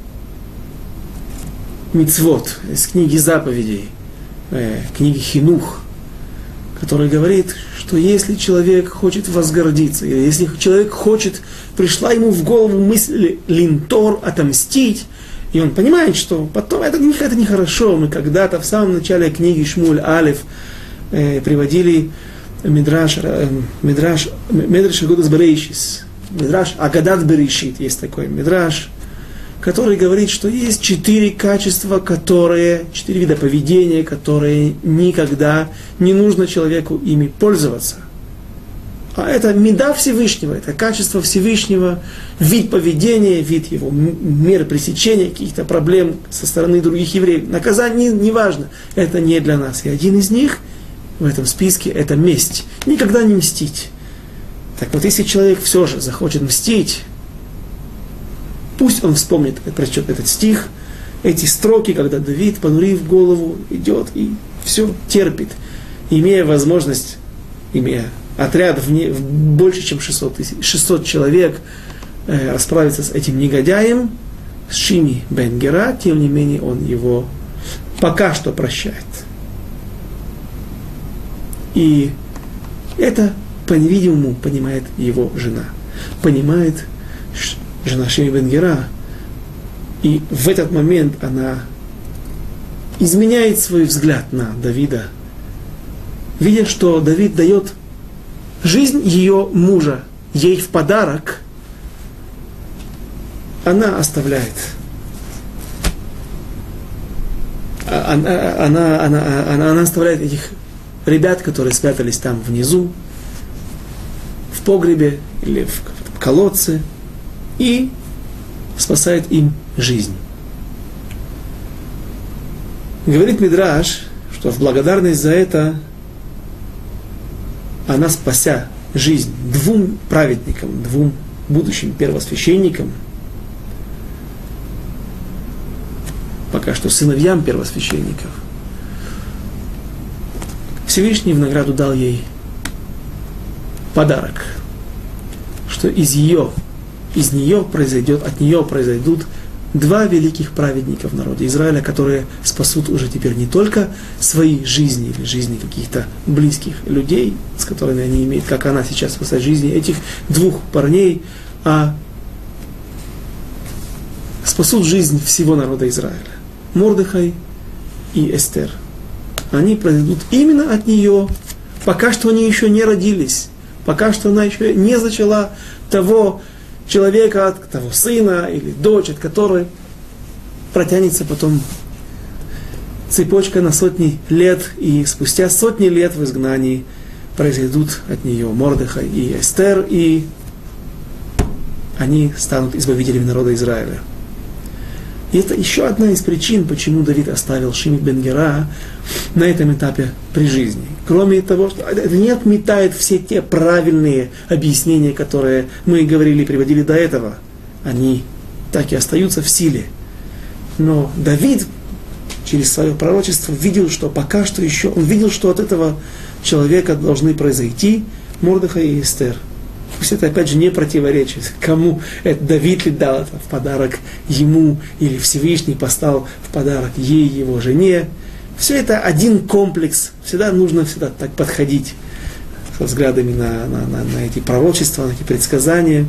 Мицвот, из книги заповедей, книги Хинух, который говорит, что если человек хочет возгордиться, или если человек пришла ему в голову мысль линтор, отомстить, и он понимает, что потом это нехорошо. Мы когда-то в самом начале книги Шмуль Алеф приводили Мидраш Агодас Берейшис, Мидраш Агадат Берешит, есть такой Мидраш, который говорит, что есть 4 качества, 4 вида поведения, которые никогда не нужно человеку ими пользоваться. А это мида Всевышнего, это качество Всевышнего, вид поведения, вид его меры пресечения каких-то проблем со стороны других евреев. Наказание не важно, это не для нас. И один из них в этом списке это месть. Никогда не мстить. Так вот, если человек все же захочет мстить, пусть он вспомнит, прочтет этот стих, эти строки, когда Давид, понурив голову, идет и все терпит, имея возможность, имея отряд больше, чем 600 человек, расправиться с этим негодяем, с Шими бен Гера, тем не менее он его пока что прощает. И это, по-видимому, понимает его жена. Понимает жена Шими бен Гера. И в этот момент она изменяет свой взгляд на Давида, видя, что Давид дает жизнь ее мужа ей в подарок. Она оставляет. Она оставляет этих ребят, которые спрятались там внизу, в погребе или в колодце, и спасает им жизнь. Говорит Мидраш, что в благодарность за это она, спася жизнь 2 праведникам, 2 будущим первосвященникам, пока что сыновьям первосвященников, Всевышний в награду дал ей подарок, что от нее произойдут 2 великих праведника в народе Израиля, которые спасут уже теперь не только свои жизни или жизни каких-то близких людей, с которыми они имеют, как она сейчас спасает жизни этих 2 парней, а спасут жизнь всего народа Израиля. Мордехай и Эстер. Они произойдут именно от нее, пока что они еще не родились, пока что она еще не зачала того человека, того сына или дочь, от которой протянется потом цепочка на сотни лет, и спустя сотни лет в изгнании произойдут от нее Мордехай и Эстер, и они станут избавителями народа Израиля. И это еще одна из причин, почему Давид оставил Шими бен Гера на этом этапе при жизни. Кроме того, что это не отметает все те правильные объяснения, которые мы говорили, приводили до этого. Они так и остаются в силе. Но Давид через свое пророчество видел, что пока что еще, он видел, что от этого человека должны произойти Мордехай и Эстер. Пусть это, опять же, не противоречит. Кому это Давид ли дал это в подарок ему, или Всевышний послал в подарок ей, его жене. Все это один комплекс. Всегда нужно так подходить со взглядами на эти пророчества, на эти предсказания.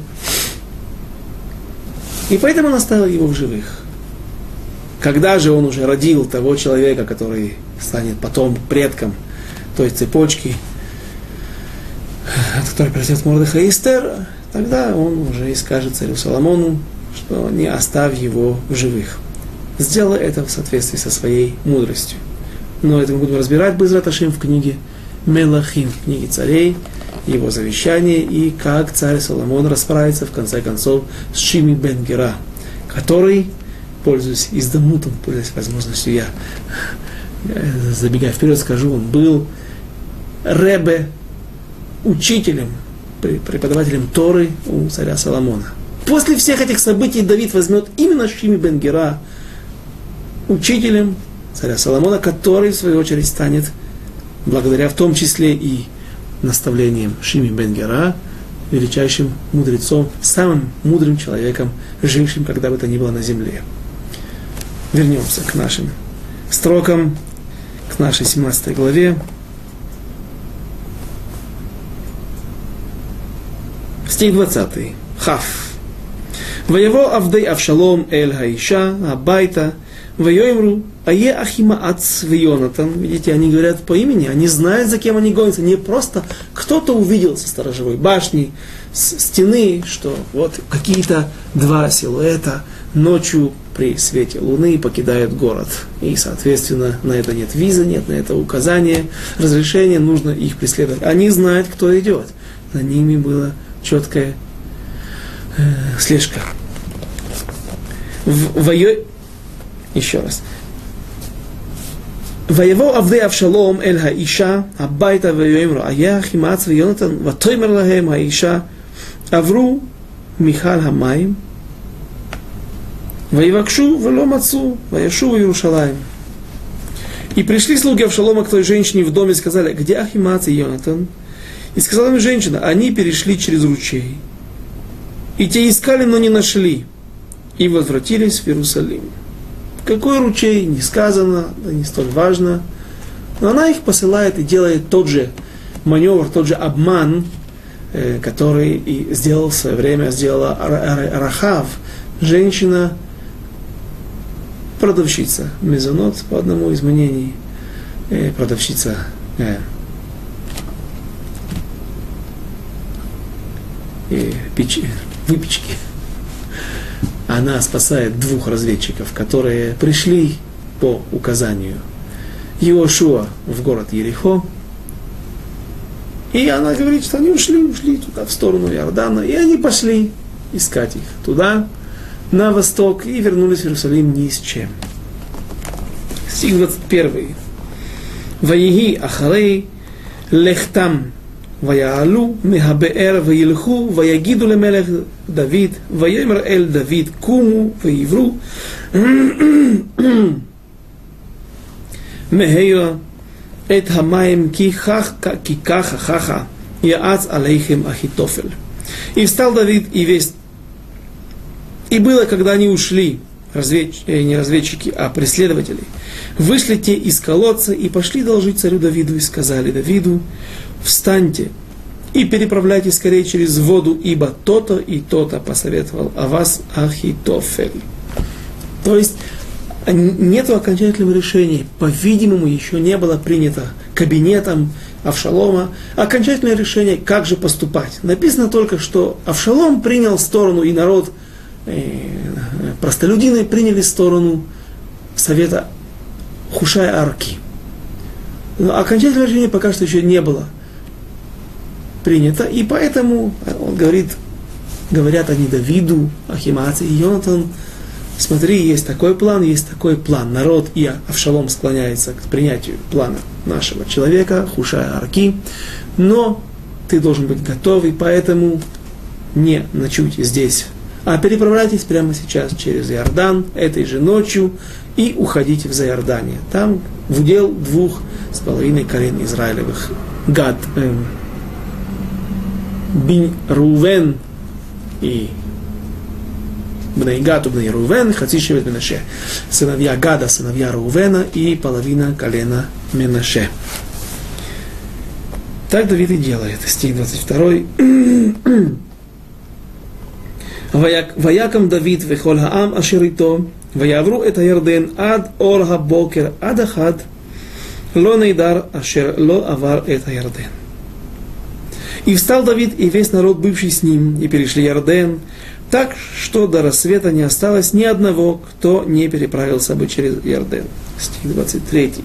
И поэтому он оставил его в живых. Когда же он уже родил того человека, который станет потом предком той цепочки, от которой произойдет Мордехай и Эстер, тогда он уже и скажет царю Соломону, что не оставь его в живых. Сделай это в соответствии со своей мудростью. Но это мы будем разбирать Бе'эзрат Ашем в книге Мелахим, в книге царей, его завещание, и как царь Соломон расправится в конце концов с Шими бен Гера, который, пользуясь издамутом, пользуясь возможностью, я забегая вперед скажу, он был ребе, учителем, преподавателем Торы у царя Соломона. После всех этих событий Давид возьмет именно Шими бен Гера учителем царя Соломона, который, в свою очередь, станет, благодаря в том числе и наставлением Шими бен Гера, величайшим мудрецом, самым мудрым человеком, жившим когда бы то ни было на земле. Вернемся к нашим строкам, к нашей 17 главе. Стих 20. Хав. Воево Авдей Авшалом эль Хаиша Абайта Воемру Ае Ахимаац Вионатан. Видите, они говорят по имени, они знают, за кем они гонятся. Не просто кто-то увидел со сторожевой башни, с стены, что вот какие-то два силуэта ночью при свете луны покидают город. И, соответственно, на это нет визы, нет на это указания, разрешения, нужно их преследовать. Они знают, кто идет. За ними была четкая слежка. Еще раз. Воево Авдей Авшалом эль Хаиша Абайта Воемру Ая Ахимаац Вионатан Ватоймер лахем Хаиша Авру Михал Хамаим Воевакшу Вело Мацу Вояшу Иерушалаим. И пришли слуги Авшалома к той женщине в доме и сказали: где Ахимаац и Йонатан? И сказала им женщина: они перешли через ручей. И те искали, но не нашли. И возвратились в Иерусалим. Какой ручей, не сказано, да не столь важно. Но она их посылает и делает тот же маневр, тот же обман, который и сделал в свое время, сделала Рахав, женщина, продавщица мезонот, по одному из мнений, продавщица выпечки. Она спасает двух разведчиков, которые пришли по указанию Иошуа в город Ерихо. И она говорит, что они ушли туда, в сторону Иордана, и они пошли искать их туда, на восток, и вернулись в Иерусалим ни с чем. Стих 21. Ваиги ахарей лехтам ויעלו מהבאר וילכו ויגידו למלך דוד ויאמר אל דוד קומו ועברו מהרה את המים כי ככה יעץ עליכם אחיתופל. И встал Давид и весь. И было, когда они ушли, не разведчики, а преследователи, вышли те из колодца и пошли доложить царю Давиду и сказали Давиду: встаньте и переправляйте скорее через воду, ибо то-то и то-то посоветовал о вас Ахитофель. То есть нет окончательного решения. По-видимому, еще не было принято кабинетом Авшалома окончательное решение, как же поступать. Написано только, что Авшалом принял сторону, и народ, простолюдины приняли сторону совета Хушая Арки. Но окончательное решение пока что еще не было принято, и поэтому он говорят они Давиду, Ахимааце и Йонатан: смотри, есть такой план. Народ и Авшалом склоняется к принятию плана нашего человека, Хушая Арки, но ты должен быть готов, и поэтому не ночуйте здесь, а переправляйтесь прямо сейчас через Иордан этой же ночью и уходите в Заиордание. Там в удел 2,5 колен Израилевых. Гад, Бин Рувен и Бней Гад, Бней Рувен, Хаци Шевет Менаше. Сыновья Гада, сыновья Рувена и половина колена Менаше. Так Давид и делает. Стих 22. Ваякам Давид вехол хаам ашерито, ваявру это Ярден ад ор хабокер ад ахад, ло нейдар ашер ло авар это Ярден. И встал Давид и весь народ, бывший с ним, и перешли Ярден, так что до рассвета не осталось ни одного, кто не переправился бы через Ярден. Стих 23.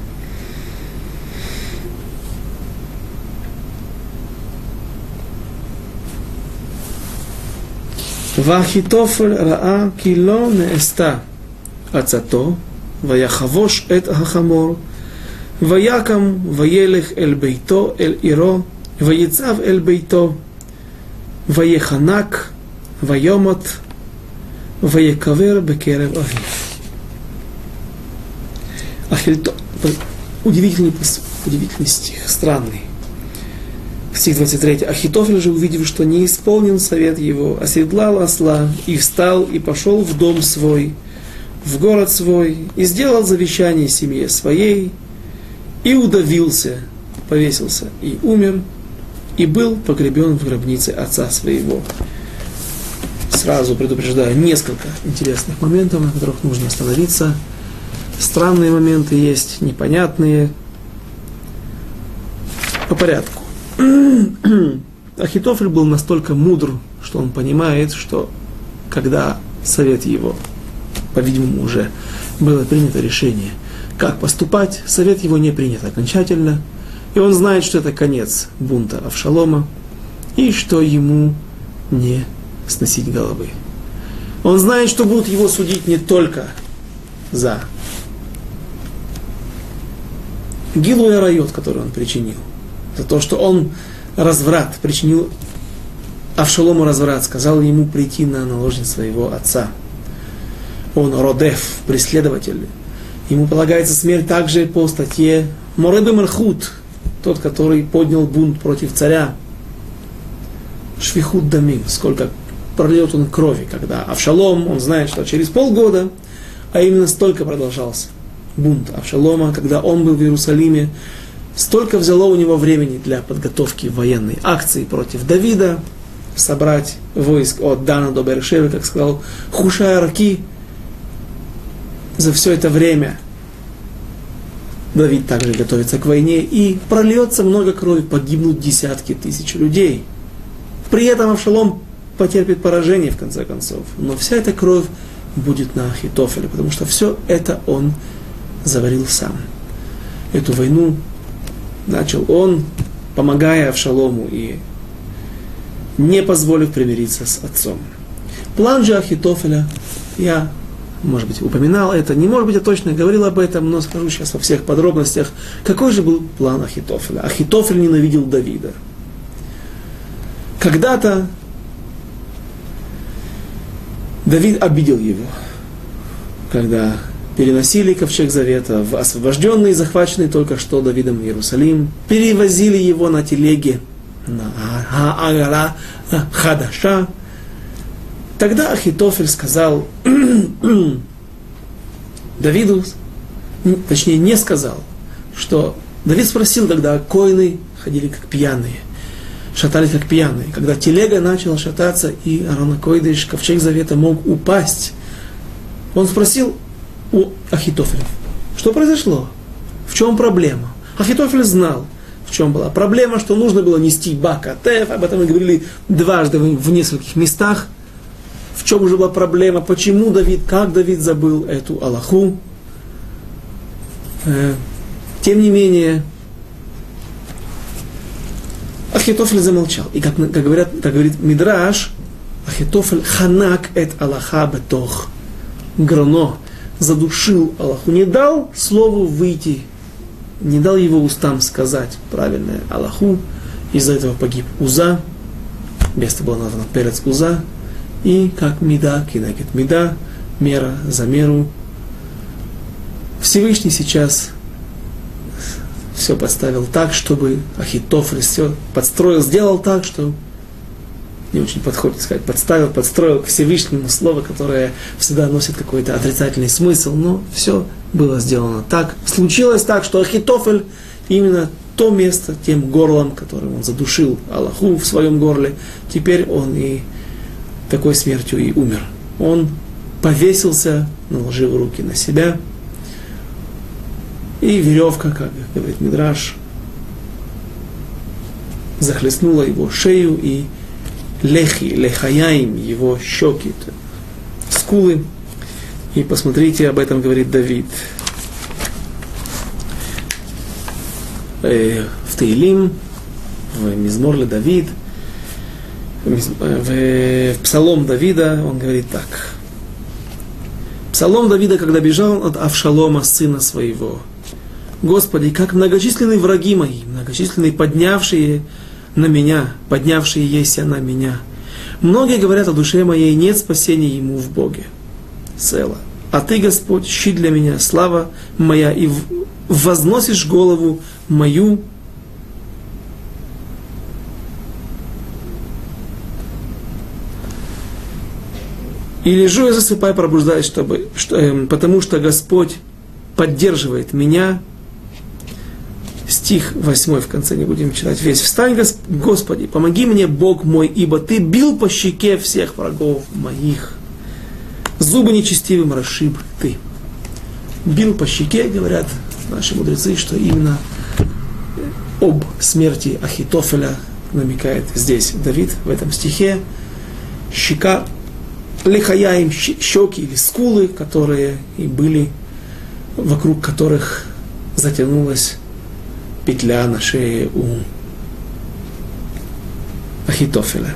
Вахитофель раа кило неэста ацато, ваяхавош эт ахамор, ваякам ваелех эль бейто эль иро, ваецав эль бейто, ваеханак, вайомот, ваекавер бекерев авив. Удивительный стих, странный. Стих 23. Ахитофель же, увидев, что не исполнен совет его, оседлал осла, и встал, и пошел в дом свой, в город свой, и сделал завещание семье своей, и удавился, повесился, и умер, и был погребен в гробнице отца своего. Сразу предупреждаю, несколько интересных моментов, на которых нужно остановиться. Странные моменты есть, непонятные. По порядку. Ахитофель был настолько мудр, что он понимает, что когда совет его, по-видимому, уже было принято решение, как поступать, совет его не принят окончательно, и он знает, что это конец бунта Авшалома, и что ему не сносить головы. Он знает, что будут его судить не только за гилу и райот, который он причинил, за то, что он причинил Авшалому разврат, сказал ему прийти на наложниц своего отца. Он родеф, преследователь. Ему полагается смерть также по статье Моребе Мархут, тот, который поднял бунт против царя. Швихут дамим, сколько прольет он крови, когда Авшалом, он знает, что через полгода, а именно столько продолжался бунт Авшалома, когда он был в Иерусалиме, столько взяло у него времени для подготовки военной акции против Давида, собрать войск от Дана до Бершевы, как сказал Хушай Арки. За все это время Давид также готовится к войне, и прольется много крови, погибнут десятки тысяч людей. При этом Авшалом потерпит поражение в конце концов, но вся эта кровь будет на Ахитофеле, потому что все это он заварил сам. Эту войну начал он, помогая Авшалому и не позволив примириться с отцом. План же Ахитофеля, я, может быть, упоминал это, не может быть, я точно говорил об этом, но скажу сейчас во всех подробностях, какой же был план Ахитофеля. Ахитофель ненавидел Давида. Когда-то Давид обидел его, когда переносили ковчег завета в освобожденный и захваченный только что Давидом Иерусалим, перевозили его на телеге, на Агара Хадаша. Тогда Ахитофель сказал Давиду, точнее не сказал, что Давид спросил, когда коины ходили как пьяные, шатались как пьяные, когда телега начала шататься и Арон ха-Койдеш, ковчег завета, мог упасть, Он спросил у Ахитофеля, что произошло, в чем проблема. Ахитофель знал, в чем была проблема, что нужно было нести Бакатеф, об этом мы говорили дважды в нескольких местах. В чем уже была проблема, почему Давид, как Давид забыл эту алаху. Тем не менее, Ахитофель замолчал. И как говорит Мидраш, Ахитофель ханак эт алаха бетох гроно, задушил алаху, не дал слову выйти, не дал его устам сказать правильное алаху. Из-за этого погиб Уза, место было названо Перец Уза, и как мида, кинегет мида, мера за меру. Всевышний сейчас все подставил так, чтобы Ахитофель все подстроил, сделал так, что не очень подходит сказать, подстроил к Всевышнему слово, которое всегда носит какой-то отрицательный смысл, но все было сделано так. Случилось так, что Ахитофель именно то место, тем горлом, которым он задушил алаху в своем горле, теперь он и такой смертью и умер. Он повесился, наложив руки на себя, и веревка, как говорит Мидраш, захлестнула его шею, и лехаяим, его щеки, скулы. И посмотрите, об этом говорит Давид в Теилим, в Мизмор ле Давид, в Псалом Давида, он говорит так. Псалом Давида, когда бежал от Авшалома, сына своего: «Господи, как многочисленные враги мои, многочисленные поднявшиеся на меня. Многие говорят о душе моей, нет спасения ему в Боге. Села. А ты, Господь, щит для меня, слава моя, и возносишь голову мою». И лежу и засыпаю, пробуждаюсь, потому что Господь поддерживает меня. Стих 8 в конце, не будем читать весь. «Встань, Господи, помоги мне, Бог мой, ибо Ты бил по щеке всех врагов моих. Зубы нечестивым расшиб Ты». Бил по щеке, говорят наши мудрецы, что именно об смерти Ахитофеля намекает здесь Давид в этом стихе. Щека, лихаяим, щеки или скулы, которые и были, вокруг которых затянулась петля на шее у Ахитофеля.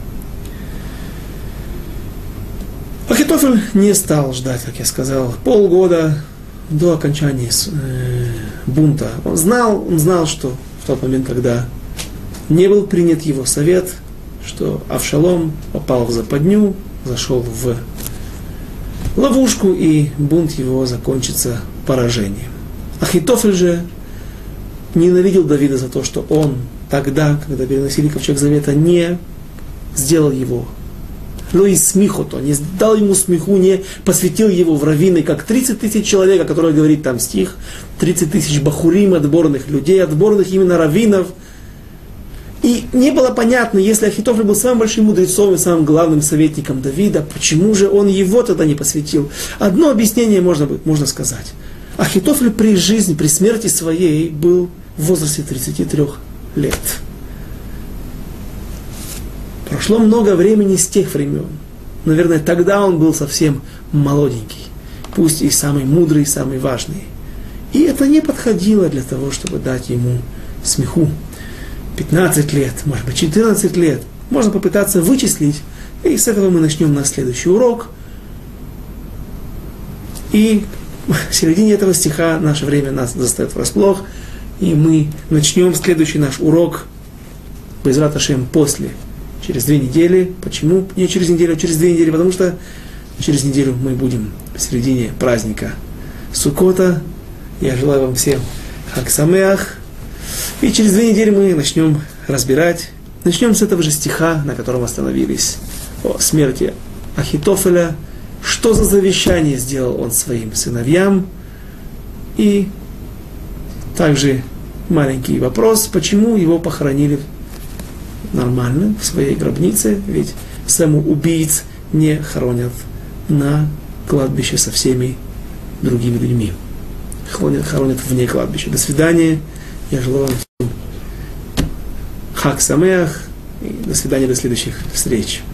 Ахитофель не стал ждать, как я сказал, полгода до окончания бунта. Он знал, что в тот момент, когда не был принят его совет, что Авшалом попал в западню, зашел в ловушку, и бунт его закончится поражением. Ахитофель же ненавидел Давида за то, что он тогда, когда переносили ковчег завета, не сделал его, не дал ему смеху, не посвятил его в раввины, как 30 тысяч человек, о которых говорит там стих, 30 тысяч бахурим, отборных людей, отборных именно раввинов. И не было понятно, если Ахитофель был самым большим мудрецом и самым главным советником Давида, почему же он его тогда не посвятил? Одно объяснение можно сказать. Ахитофель при жизни, при смерти своей был в возрасте 33 лет. Прошло много времени с тех времен. Наверное, тогда он был совсем молоденький, пусть и самый мудрый, и самый важный. И это не подходило для того, чтобы дать ему смеху. 15 лет, может быть 14 лет. Можно попытаться вычислить. И с этого мы начнем наш следующий урок. И в середине этого стиха наше время нас застает врасплох. И мы начнем следующий наш урок Бе'эзрат Ашем через 2 недели. Почему не через неделю, а через 2 недели? Потому что через неделю мы будем в середине праздника Суккота. Я желаю вам всем Хаг Самеах. И через 2 недели мы начнем разбирать. Начнем с этого же стиха, на котором остановились, о смерти Ахитофеля. Что за завещание сделал он своим сыновьям? И также маленький вопрос, почему его похоронили нормально в своей гробнице, ведь самоубийц не хоронят на кладбище со всеми другими людьми. Хоронят вне кладбища. До свидания. Я желаю вам всем Хаг Самеах. И до свидания, до следующих встреч.